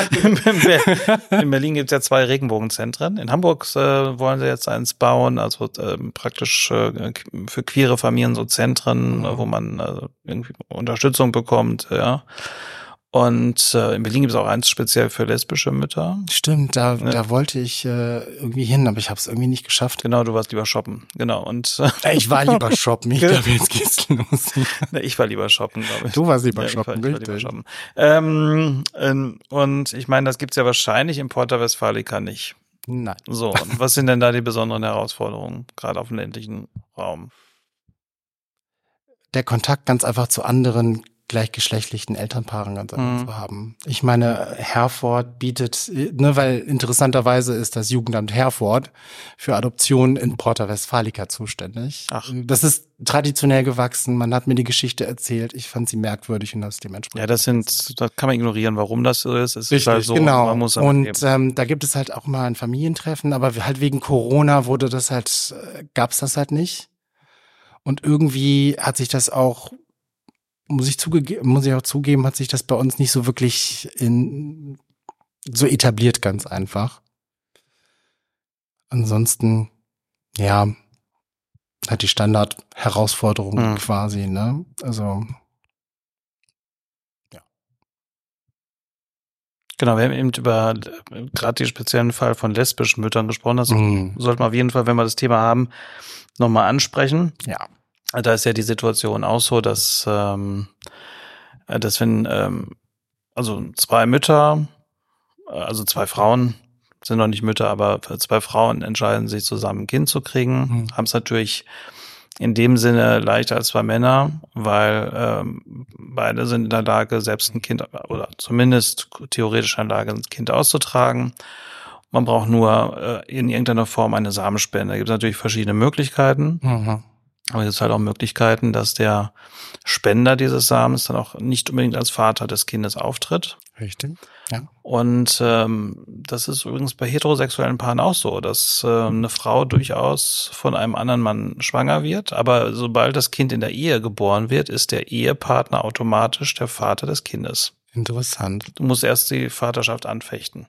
A: In Berlin gibt es ja zwei Regenbogenzentren. In Hamburg äh, wollen sie jetzt eins bauen, also äh, praktisch äh, für queere Familien so Zentren, mhm. wo man äh, irgendwie Unterstützung bekommt, ja. Und äh, in Berlin gibt es auch eins speziell für lesbische Mütter.
B: Stimmt, da, ja. da wollte ich äh, irgendwie hin, aber ich habe es irgendwie nicht geschafft.
A: Genau, du warst lieber shoppen. Genau. Und
B: äh, ich war lieber shoppen. Ich glaube, jetzt geht's los.
A: Ich war lieber shoppen, glaube ich.
B: Du warst lieber
A: ja,
B: shoppen,
A: ich war, ich war lieber shoppen. Ähm, ähm, und ich meine, das gibt's ja wahrscheinlich in Porta Westfalica nicht.
B: Nein.
A: So, und was sind denn da die besonderen Herausforderungen, gerade auf dem ländlichen Raum?
B: Der Kontakt ganz einfach zu anderen gleichgeschlechtlichen Elternpaaren ganz einfach zu haben. Ich meine, Herford bietet, ne, weil interessanterweise ist das Jugendamt Herford für Adoption in Porta Westfalica zuständig.
A: Ach.
B: Das ist traditionell gewachsen. Man hat mir die Geschichte erzählt. Ich fand sie merkwürdig und das dementsprechend.
A: Ja, das sind, das kann man ignorieren, warum das so ist. Es
B: Richtig,
A: ist halt so,
B: genau.
A: man muss
B: und ähm, da gibt es halt auch mal ein Familientreffen, aber halt wegen Corona wurde das halt, äh, gab's das halt nicht. Und irgendwie hat sich das auch Muss ich zuge- muss ich auch zugeben, hat sich das bei uns nicht so wirklich in so etabliert, ganz einfach. Ansonsten, ja, hat die Standard-Herausforderung
A: Mhm.
B: quasi, ne? Also, ja.
A: Genau, wir haben eben über äh, gerade den speziellen Fall von lesbischen Müttern gesprochen. Das
B: Mhm.
A: sollten wir auf jeden Fall, wenn wir das Thema haben, nochmal ansprechen.
B: Ja.
A: Da ist ja die Situation auch so, dass, ähm, dass wenn, ähm, also zwei Mütter, also zwei Frauen, sind noch nicht Mütter, aber zwei Frauen entscheiden sich zusammen ein Kind zu kriegen,
B: Mhm.
A: haben es natürlich in dem Sinne leichter als zwei Männer, weil ähm, beide sind in der Lage, selbst ein Kind, oder zumindest theoretisch in der Lage, ein Kind auszutragen. Man braucht nur äh, in irgendeiner Form eine Samenspende. Da gibt es natürlich verschiedene Möglichkeiten.
B: Mhm.
A: Aber es gibt halt auch Möglichkeiten, dass der Spender dieses Samens dann auch nicht unbedingt als Vater des Kindes auftritt.
B: Richtig. Ja.
A: Und ähm, das ist übrigens bei heterosexuellen Paaren auch so, dass äh, eine Frau durchaus von einem anderen Mann schwanger wird, aber sobald das Kind in der Ehe geboren wird, ist der Ehepartner automatisch der Vater des Kindes.
B: Interessant.
A: Du musst erst die Vaterschaft anfechten.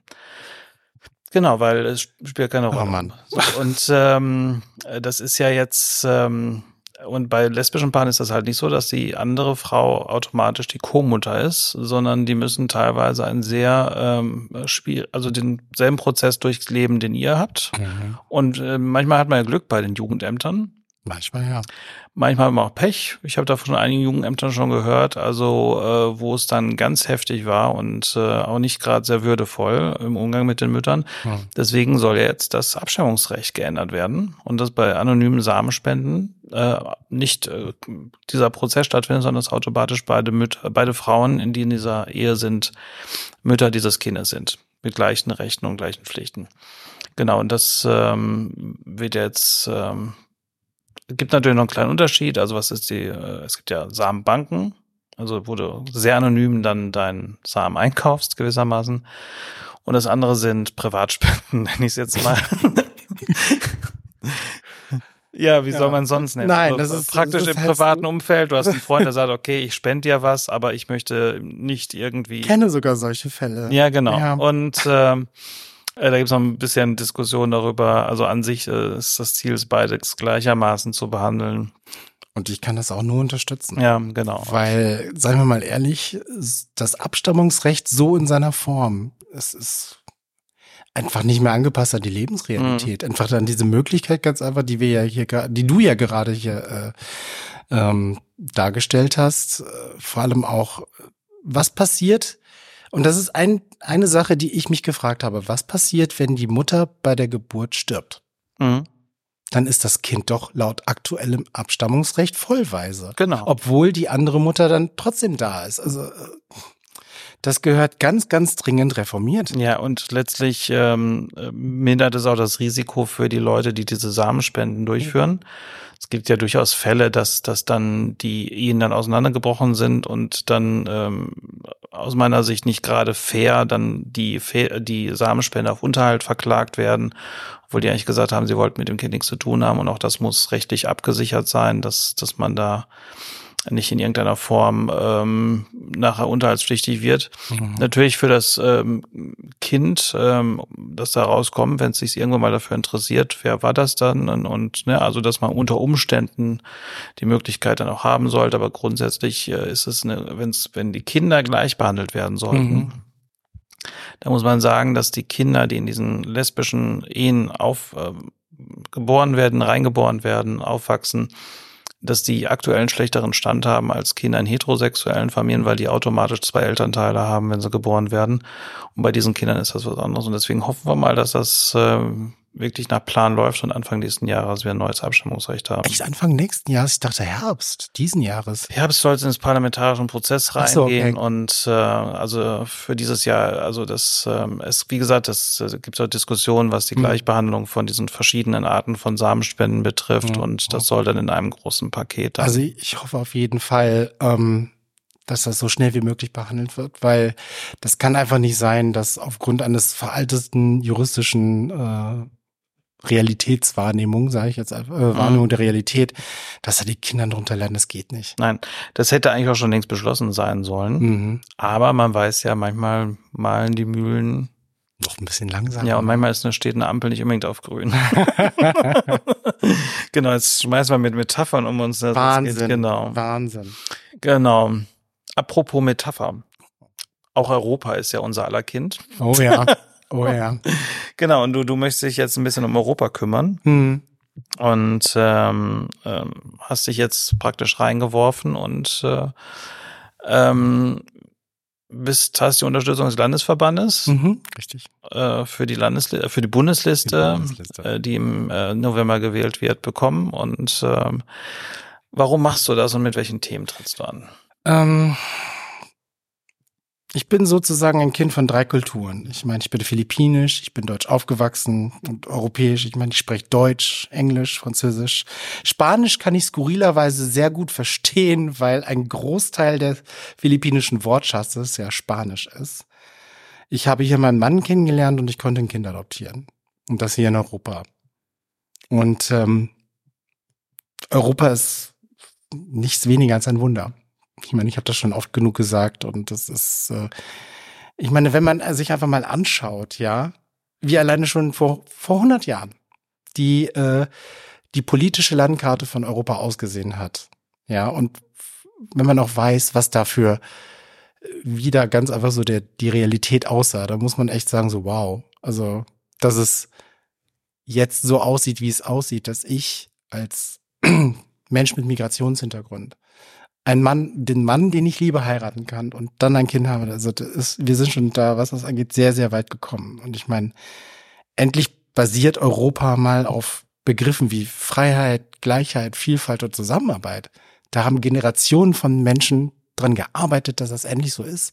A: Genau, weil es spielt keine Rolle.
B: Oh Mann.
A: Und ähm, das ist ja jetzt, ähm, und bei lesbischen Paaren ist das halt nicht so, dass die andere Frau automatisch die Co-Mutter ist, sondern die müssen teilweise einen sehr ähm, Spiel, also denselben Prozess durchleben, den ihr habt.
B: Mhm.
A: Und äh, manchmal hat man ja Glück bei den Jugendämtern.
B: Manchmal ja.
A: Manchmal hat man auch Pech. Ich habe da von einigen Jugendämtern schon gehört, also äh, wo es dann ganz heftig war und äh, auch nicht gerade sehr würdevoll im Umgang mit den Müttern.
B: Mhm.
A: Deswegen soll ja jetzt das Abstammungsrecht geändert werden und dass bei anonymen Samenspenden äh, nicht äh, dieser Prozess stattfindet, sondern dass automatisch beide Mütter, beide Frauen, die in dieser Ehe sind, Mütter dieses Kindes sind. Mit gleichen Rechten und gleichen Pflichten. Genau, und das ähm, wird jetzt... Ähm, Es gibt natürlich noch einen kleinen Unterschied. Also was ist die, äh, es gibt ja Samenbanken, also wo du sehr anonym dann deinen Samen einkaufst gewissermaßen. Und das andere sind Privatspenden, nenne ich es jetzt mal. Ja, wie
B: Ja.
A: soll man sonst nennen?
B: Nein,
A: also
B: das ist
A: praktisch
B: das ist
A: im
B: halt
A: privaten
B: so.
A: Umfeld. Du hast einen Freund, der sagt, okay, ich spende dir was, aber ich möchte nicht irgendwie.
B: Ich kenne sogar solche Fälle.
A: Ja, genau.
B: Ja.
A: Und ähm, äh, da gibt es noch ein bisschen Diskussion darüber. Also an sich äh, ist das Ziel, es beides gleichermaßen zu behandeln.
B: Und ich kann das auch nur unterstützen.
A: Ja, genau.
B: Weil, seien wir mal ehrlich, das Abstammungsrecht so in seiner Form, es ist einfach nicht mehr angepasst an die Lebensrealität. Mhm. Einfach an diese Möglichkeit ganz einfach, die wir ja hier, die du ja gerade hier äh, ähm, dargestellt hast. Äh, vor allem auch, was passiert? Und das ist ein, eine Sache, die ich mich gefragt habe. Was passiert, wenn die Mutter bei der Geburt stirbt?
A: Mhm.
B: Dann ist das Kind doch laut aktuellem Abstammungsrecht vollweise.
A: Genau.
B: Obwohl die andere Mutter dann trotzdem da ist. Also das gehört ganz, ganz dringend reformiert.
A: Ja, und letztlich ähm, mindert es auch das Risiko für die Leute, die diese Samenspenden durchführen. Es gibt ja durchaus Fälle, dass, dass dann die Ehen dann auseinandergebrochen sind und dann ähm, aus meiner Sicht nicht gerade fair dann die, die Samenspender auf Unterhalt verklagt werden, obwohl die eigentlich gesagt haben, sie wollten mit dem Kind nichts zu tun haben und auch das muss rechtlich abgesichert sein, dass, dass man da nicht in irgendeiner Form ähm, nachher unterhaltspflichtig wird. Mhm. Natürlich für das ähm, Kind, ähm, das da rauskommt, wenn es sich irgendwann mal dafür interessiert, wer war das dann? Und, und ne, also dass man unter Umständen die Möglichkeit dann auch haben sollte, aber grundsätzlich äh, ist es eine, wenn's, wenn die Kinder gleich behandelt werden sollten, mhm. da muss man sagen, dass die Kinder, die in diesen lesbischen Ehen auf äh, geboren werden, reingeboren werden, aufwachsen, dass die aktuellen schlechteren Stand haben als Kinder in heterosexuellen Familien, weil die automatisch zwei Elternteile haben, wenn sie geboren werden. Und bei diesen Kindern ist das was anderes. Und deswegen hoffen wir mal, dass das äh, wirklich nach Plan läuft und Anfang nächsten Jahres wir ein neues Abstimmungsrecht haben.
B: Echt Anfang nächsten Jahres? Ich dachte Herbst, diesen Jahres.
A: Herbst sollte ins parlamentarischen Prozess reingehen.
B: So, okay.
A: Und äh, also für dieses Jahr, also das ähm, es wie gesagt, es äh, gibt so Diskussionen, was die
B: Mhm.
A: Gleichbehandlung von diesen verschiedenen Arten von Samenspenden betrifft
B: Mhm.
A: und das soll dann in einem großen Paket dann.
B: Also ich hoffe auf jeden Fall, ähm, dass das so schnell wie möglich behandelt wird, weil das kann einfach nicht sein, dass aufgrund eines veralteten juristischen äh, Realitätswahrnehmung, sage ich jetzt einfach, äh, Wahrnehmung der Realität, dass da die Kinder drunter leiden, das geht nicht.
A: Nein, das hätte eigentlich auch schon längst beschlossen sein sollen.
B: Mhm.
A: Aber man weiß ja, manchmal malen die Mühlen.
B: Noch ein bisschen langsam.
A: Ja, und manchmal ist eine, steht eine Ampel nicht unbedingt auf grün. Genau, jetzt schmeißen wir mit Metaphern um uns. Das
B: Wahnsinn,
A: geht, genau.
B: Wahnsinn.
A: Genau. Apropos Metapher. Auch Europa ist ja unser aller Kind.
B: Oh ja, oh ja.
A: Genau, und du, du möchtest dich jetzt ein bisschen um Europa kümmern.
B: Mhm.
A: Und ähm, ähm, hast dich jetzt praktisch reingeworfen und äh, ähm, bist, hast die Unterstützung des Landesverbandes
B: Mhm. Richtig.
A: äh, für die Landesli- für die Bundesliste,
B: Die Bundesliste.
A: Äh, die im äh, November gewählt wird, bekommen. Und ähm, warum machst du das und mit welchen Themen trittst du an?
B: Ähm, ich bin sozusagen ein Kind von drei Kulturen. Ich meine, ich bin philippinisch, ich bin deutsch aufgewachsen und europäisch. Ich meine, ich spreche Deutsch, Englisch, Französisch. Spanisch kann ich skurrilerweise sehr gut verstehen, weil ein Großteil des philippinischen Wortschatzes ja Spanisch ist. Ich habe hier meinen Mann kennengelernt und ich konnte ein Kind adoptieren. Und das hier in Europa. Und ähm, Europa ist nichts weniger als ein Wunder. Ich meine, ich habe das schon oft genug gesagt und das ist, äh, ich meine, wenn man sich einfach mal anschaut, ja, wie alleine schon vor vor hundert Jahren die äh, die politische Landkarte von Europa ausgesehen hat, ja, und wenn man auch weiß, was dafür wieder ganz einfach so der die Realität aussah, da muss man echt sagen so wow, also dass es jetzt so aussieht, wie es aussieht, dass ich als Mensch mit Migrationshintergrund ein Mann, den Mann, den ich liebe, heiraten kann und dann ein Kind habe. Also das ist, wir sind schon da, was das angeht, sehr, sehr weit gekommen. Und ich meine, endlich basiert Europa mal auf Begriffen wie Freiheit, Gleichheit, Vielfalt und Zusammenarbeit. Da haben Generationen von Menschen dran gearbeitet, dass das endlich so ist.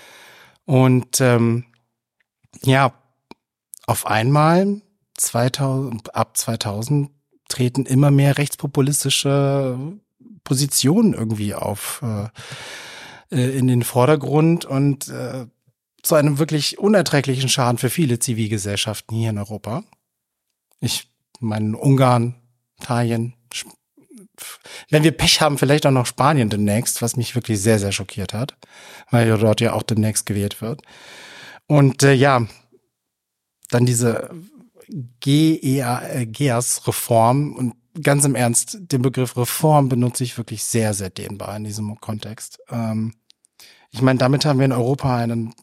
B: Und ähm, ja, auf einmal zweitausend, ab zweitausend treten immer mehr rechtspopulistische Positionen irgendwie auf äh, in den Vordergrund und äh, zu einem wirklich unerträglichen Schaden für viele Zivilgesellschaften hier in Europa. Ich meine Ungarn, Italien, Sp- wenn wir Pech haben, vielleicht auch noch Spanien demnächst, was mich wirklich sehr, sehr schockiert hat, weil ja dort ja auch demnächst gewählt wird. Und äh, ja, dann diese G E A S-Reform und ganz im Ernst, den Begriff Reform benutze ich wirklich sehr, sehr dehnbar in diesem Kontext. Ähm, ich meine, damit haben wir in Europa einen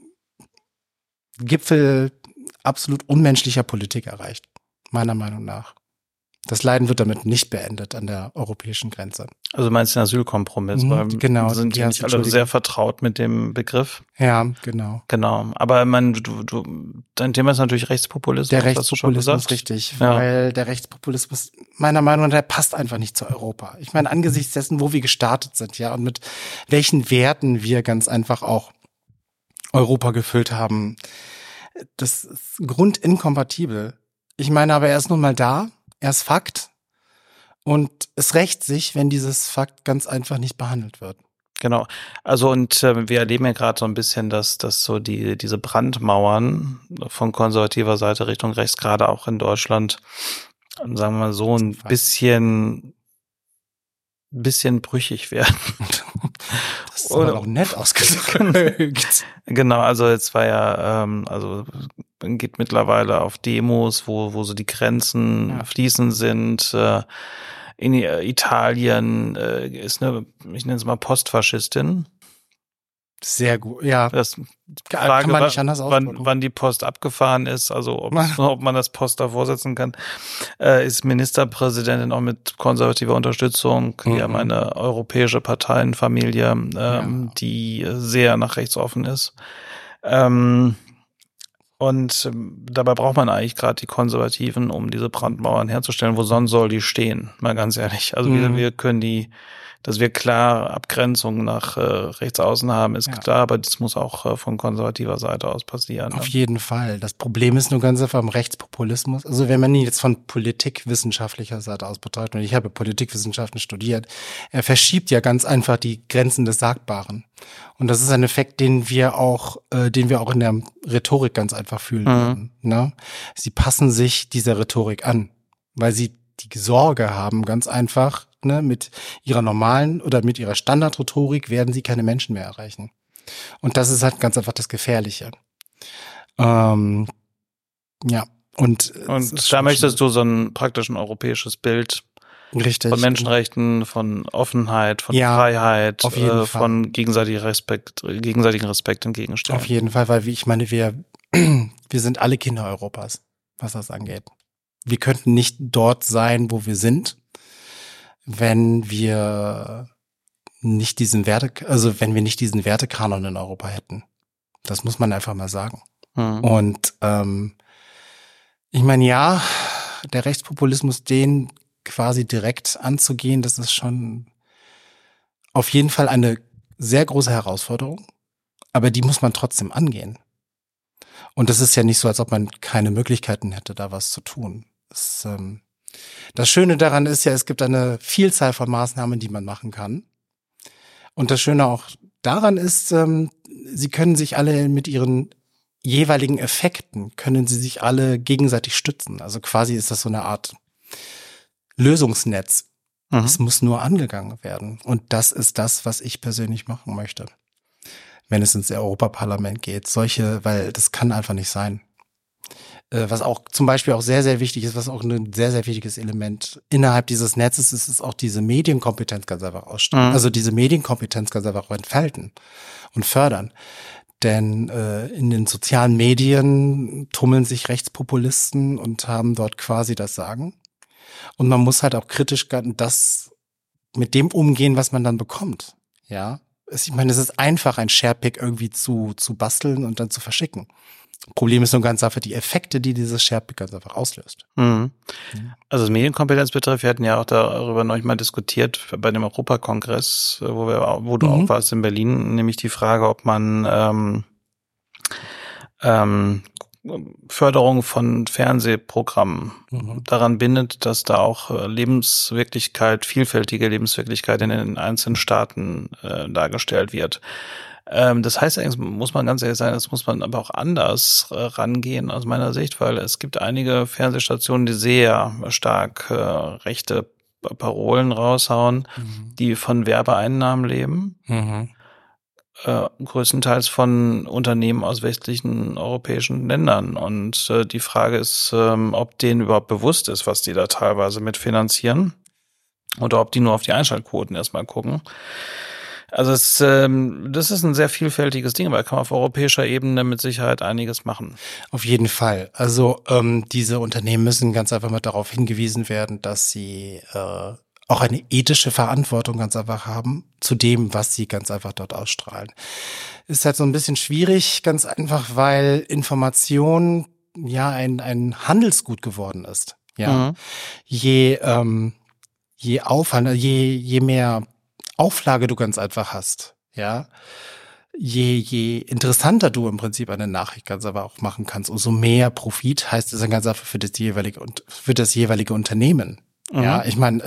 B: Gipfel absolut unmenschlicher Politik erreicht, meiner Meinung nach. Das Leiden wird damit nicht beendet an der europäischen Grenze.
A: Also meinst du den Asylkompromiss?
B: Mhm,
A: Weil
B: genau,
A: sind ja
B: ja,
A: nicht alle
B: Entschuldigung.
A: sehr vertraut mit dem Begriff.
B: Ja, genau.
A: Genau. Aber man, du, du, dein Thema ist natürlich Rechtspopulismus.
B: Der
A: hast du schon
B: Rechtspopulismus,
A: gesagt.
B: richtig,
A: Ja.
B: weil der Rechtspopulismus meiner Meinung nach, der passt einfach nicht zu Europa. Ich meine, angesichts dessen, wo wir gestartet sind, ja, und mit welchen Werten wir ganz einfach auch Europa gefüllt haben, das ist grundinkompatibel. Ich meine aber, er ist nun mal da, er ist Fakt und es rächt sich, wenn dieses Fakt ganz einfach nicht behandelt wird.
A: Genau. Also und äh, wir erleben ja gerade so ein bisschen, dass dass so die diese Brandmauern von konservativer Seite Richtung rechts gerade auch in Deutschland, sagen wir mal so, ein bisschen bisschen brüchig werden.
B: Das ist aber auch nett ausgedrückt.
A: Genau, also jetzt war ja, ähm, also man geht mittlerweile auf Demos, wo wo so die Grenzen
B: Ja.
A: fließend sind. Äh, in Italien äh, ist eine, ich nenne es mal Postfaschistin.
B: Sehr gut, ja.
A: Das
B: Kann
A: Frage,
B: man nicht anders
A: wann,
B: ausdrücken.
A: wann die Post abgefahren ist, also ob, ob man das Post davor setzen kann, äh, ist Ministerpräsidentin auch mit konservativer Unterstützung. Die
B: Mhm.
A: haben eine europäische Parteienfamilie, ähm,
B: Ja.
A: die sehr nach rechts offen ist. Ähm, Und ähm, dabei braucht man eigentlich gerade die Konservativen, um diese Brandmauern herzustellen. Wo sonst soll die stehen? Mal ganz ehrlich. Also
B: Mhm.
A: wir, wir können die, dass wir klar Abgrenzung nach äh, rechts außen haben, ist
B: Ja.
A: klar, aber das muss auch äh, von konservativer Seite aus passieren.
B: Auf
A: Ne?
B: jeden Fall. Das Problem ist nur ganz einfach im Rechtspopulismus. Also wenn man ihn jetzt von politikwissenschaftlicher Seite aus betrachtet, und ich habe Politikwissenschaften studiert, er verschiebt ja ganz einfach die Grenzen des Sagbaren. Und das ist ein Effekt, den wir auch, äh, den wir auch in der Rhetorik ganz einfach fühlen
A: Mhm.
B: würden. Ne? Sie passen sich dieser Rhetorik an, weil sie die Sorge haben, ganz einfach, ne, mit ihrer normalen oder mit ihrer Standardrhetorik werden sie keine Menschen mehr erreichen. Und das ist halt ganz einfach das Gefährliche. Ähm, ja, und, es
A: Und
B: ist
A: da
B: schon
A: möchtest du so ein praktisch ein europäisches Bild
B: richtig
A: von Menschenrechten, von Offenheit, von
B: Ja,
A: Freiheit,
B: auf jeden
A: äh,
B: Fall.
A: von gegenseitigen Respekt, gegenseitigen Respekt entgegenstellen.
B: Auf jeden Fall, weil wie ich meine, wir, wir sind alle Kinder Europas, was das angeht. Wir könnten nicht dort sein, wo wir sind, wenn wir nicht diesen Werte, also wenn wir nicht diesen Wertekanon in Europa hätten. Das muss man einfach mal sagen.
A: Mhm.
B: Und ähm, ich meine, ja, der Rechtspopulismus, den quasi direkt anzugehen, das ist schon auf jeden Fall eine sehr große Herausforderung, aber die muss man trotzdem angehen. Und das ist ja nicht so, als ob man keine Möglichkeiten hätte, da was zu tun. Das, ähm, das Schöne daran ist ja, es gibt eine Vielzahl von Maßnahmen, die man machen kann. Und das Schöne auch daran ist, ähm, sie können sich alle mit ihren jeweiligen Effekten, können sie sich alle gegenseitig stützen. Also quasi ist das so eine Art Lösungsnetz.
A: Mhm.
B: Es muss nur angegangen werden. Und das ist das, was ich persönlich machen möchte, wenn es ins Europaparlament geht. Solche, weil das kann einfach nicht sein. Äh, was auch zum Beispiel auch sehr, sehr wichtig ist, was auch ein sehr, sehr wichtiges Element innerhalb dieses Netzes ist, ist auch diese Medienkompetenz ganz einfach ausstellen.
A: Mhm.
B: Also diese Medienkompetenz ganz einfach auch entfalten und fördern. Denn äh, in den sozialen Medien tummeln sich Rechtspopulisten und haben dort quasi das Sagen. Und man muss halt auch kritisch das mit dem umgehen, was man dann bekommt. Ja, ich meine, es ist einfach, ein Sharepick irgendwie zu zu basteln und dann zu verschicken. Problem ist nur ganz einfach die Effekte, die dieses Sharepick ganz einfach auslöst.
A: Mhm. Also das Medienkompetenz betrifft, wir hatten ja auch darüber neulich mal diskutiert bei dem Europakongress, wo wir, wo du
B: Mhm.
A: auch warst in Berlin, nämlich die Frage, ob man ähm, ähm, Förderung von Fernsehprogrammen
B: Mhm.
A: daran bindet, dass da auch äh, Lebenswirklichkeit, vielfältige Lebenswirklichkeit in den einzelnen Staaten äh, dargestellt wird. Ähm, das heißt eigentlich, muss man ganz ehrlich sagen, das muss man aber auch anders äh, rangehen aus meiner Sicht, weil es gibt einige Fernsehstationen, die sehr stark äh, rechte Parolen raushauen,
B: Mhm.
A: die von Werbeeinnahmen leben.
B: Mhm.
A: Äh, größtenteils von Unternehmen aus westlichen europäischen Ländern. Und äh, die Frage ist, ähm, ob denen überhaupt bewusst ist, was die da teilweise mitfinanzieren oder ob die nur auf die Einschaltquoten erstmal gucken. Also es, ähm, das ist ein sehr vielfältiges Ding, weil kann man auf europäischer Ebene mit Sicherheit einiges machen.
B: Auf jeden Fall. Also ähm, diese Unternehmen müssen ganz einfach mal darauf hingewiesen werden, dass sie äh, auch eine ethische Verantwortung ganz einfach haben zu dem, was sie ganz einfach dort ausstrahlen. Ist halt so ein bisschen schwierig, ganz einfach, weil Information ja ein ein Handelsgut geworden ist. Ja,
A: Mhm.
B: je ähm, je Aufwand, je je mehr Auflage du ganz einfach hast, ja, je je interessanter du im Prinzip eine Nachricht ganz aber auch machen kannst, umso mehr Profit heißt es dann ganz einfach für das jeweilige und für das jeweilige Unternehmen.
A: Mhm.
B: Ja, ich meine,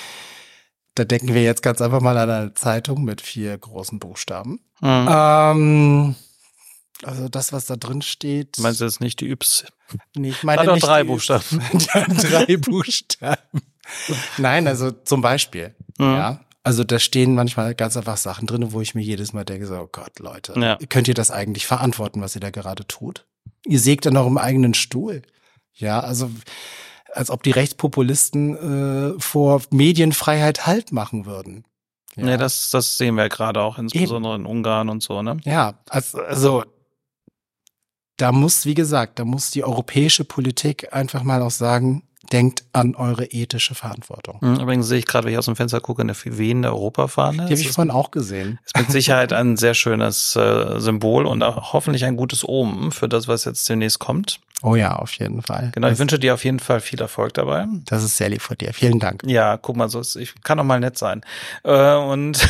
B: da denken wir jetzt ganz einfach mal an eine Zeitung mit vier großen Buchstaben.
A: Mhm.
B: Ähm, also das, was da drin steht.
A: Meinst du jetzt nicht die Yps?
B: Nee, ich meine
A: Hat auch
B: nicht
A: drei
B: die-
A: Buchstaben.
B: Ja, drei Buchstaben. Nein, also zum Beispiel,
A: Mhm.
B: ja. Also da stehen manchmal ganz einfach Sachen drin, wo ich mir jedes Mal denke, so, oh Gott, Leute,
A: Ja.
B: könnt ihr das eigentlich verantworten, was ihr da gerade tut? Ihr sägt dann noch im eigenen Stuhl. Ja, also als ob die Rechtspopulisten äh, vor Medienfreiheit Halt machen würden. Ja,
A: Nee, das, das sehen wir gerade auch, insbesondere in Ungarn und so, ne?
B: ja, also, also da muss, wie gesagt, da muss die europäische Politik einfach mal auch sagen, denkt an eure ethische Verantwortung.
A: Übrigens sehe ich gerade, wenn ich aus dem Fenster gucke, eine wehende Europafahne.
B: Die habe ich vorhin auch gesehen.
A: Ist mit Sicherheit ein sehr schönes äh, Symbol und auch hoffentlich ein gutes Omen für das, was jetzt demnächst kommt.
B: Oh ja, auf jeden Fall.
A: Genau, ich
B: das,
A: wünsche dir auf jeden Fall viel Erfolg dabei.
B: Das ist sehr lieb von dir. Vielen Dank.
A: Ja, guck mal, so ist, ich kann doch mal nett sein. Äh, und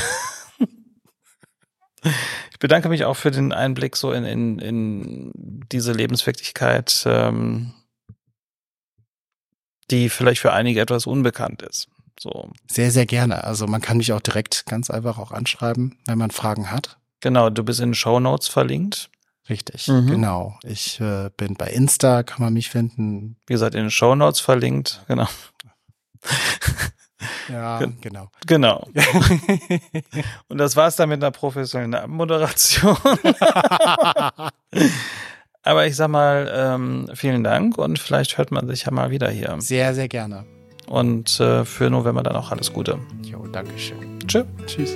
A: ich bedanke mich auch für den Einblick so in, in, in diese Lebenswirklichkeit, ähm, die vielleicht für einige etwas unbekannt ist. So.
B: Sehr, sehr gerne. Also man kann mich auch direkt ganz einfach auch anschreiben, wenn man Fragen hat.
A: Genau, du bist in den Shownotes verlinkt.
B: Richtig,
A: Mhm.
B: genau. Ich äh, bin bei Insta, kann man mich finden.
A: Wie gesagt, in den Shownotes verlinkt, genau.
B: Ja,
A: Gen-
B: genau.
A: Genau. Und das war's dann mit einer professionellen Abmoderation. Aber ich sag mal, ähm, vielen Dank und vielleicht hört man sich ja mal wieder hier.
B: Sehr, sehr gerne.
A: Und äh, für November dann auch alles Gute.
B: Jo, Dankeschön.
A: Tschö.
B: Tschüss.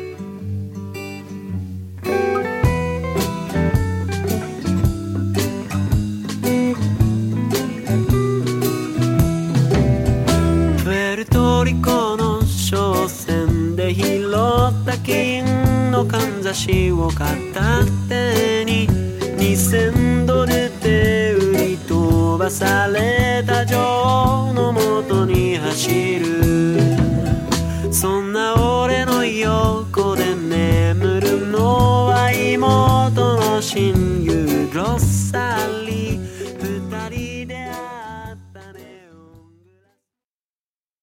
C: プエルトリコの商船で拾った金のかんざしを片手ににせんドルで売り飛ばされた女王のもとに走る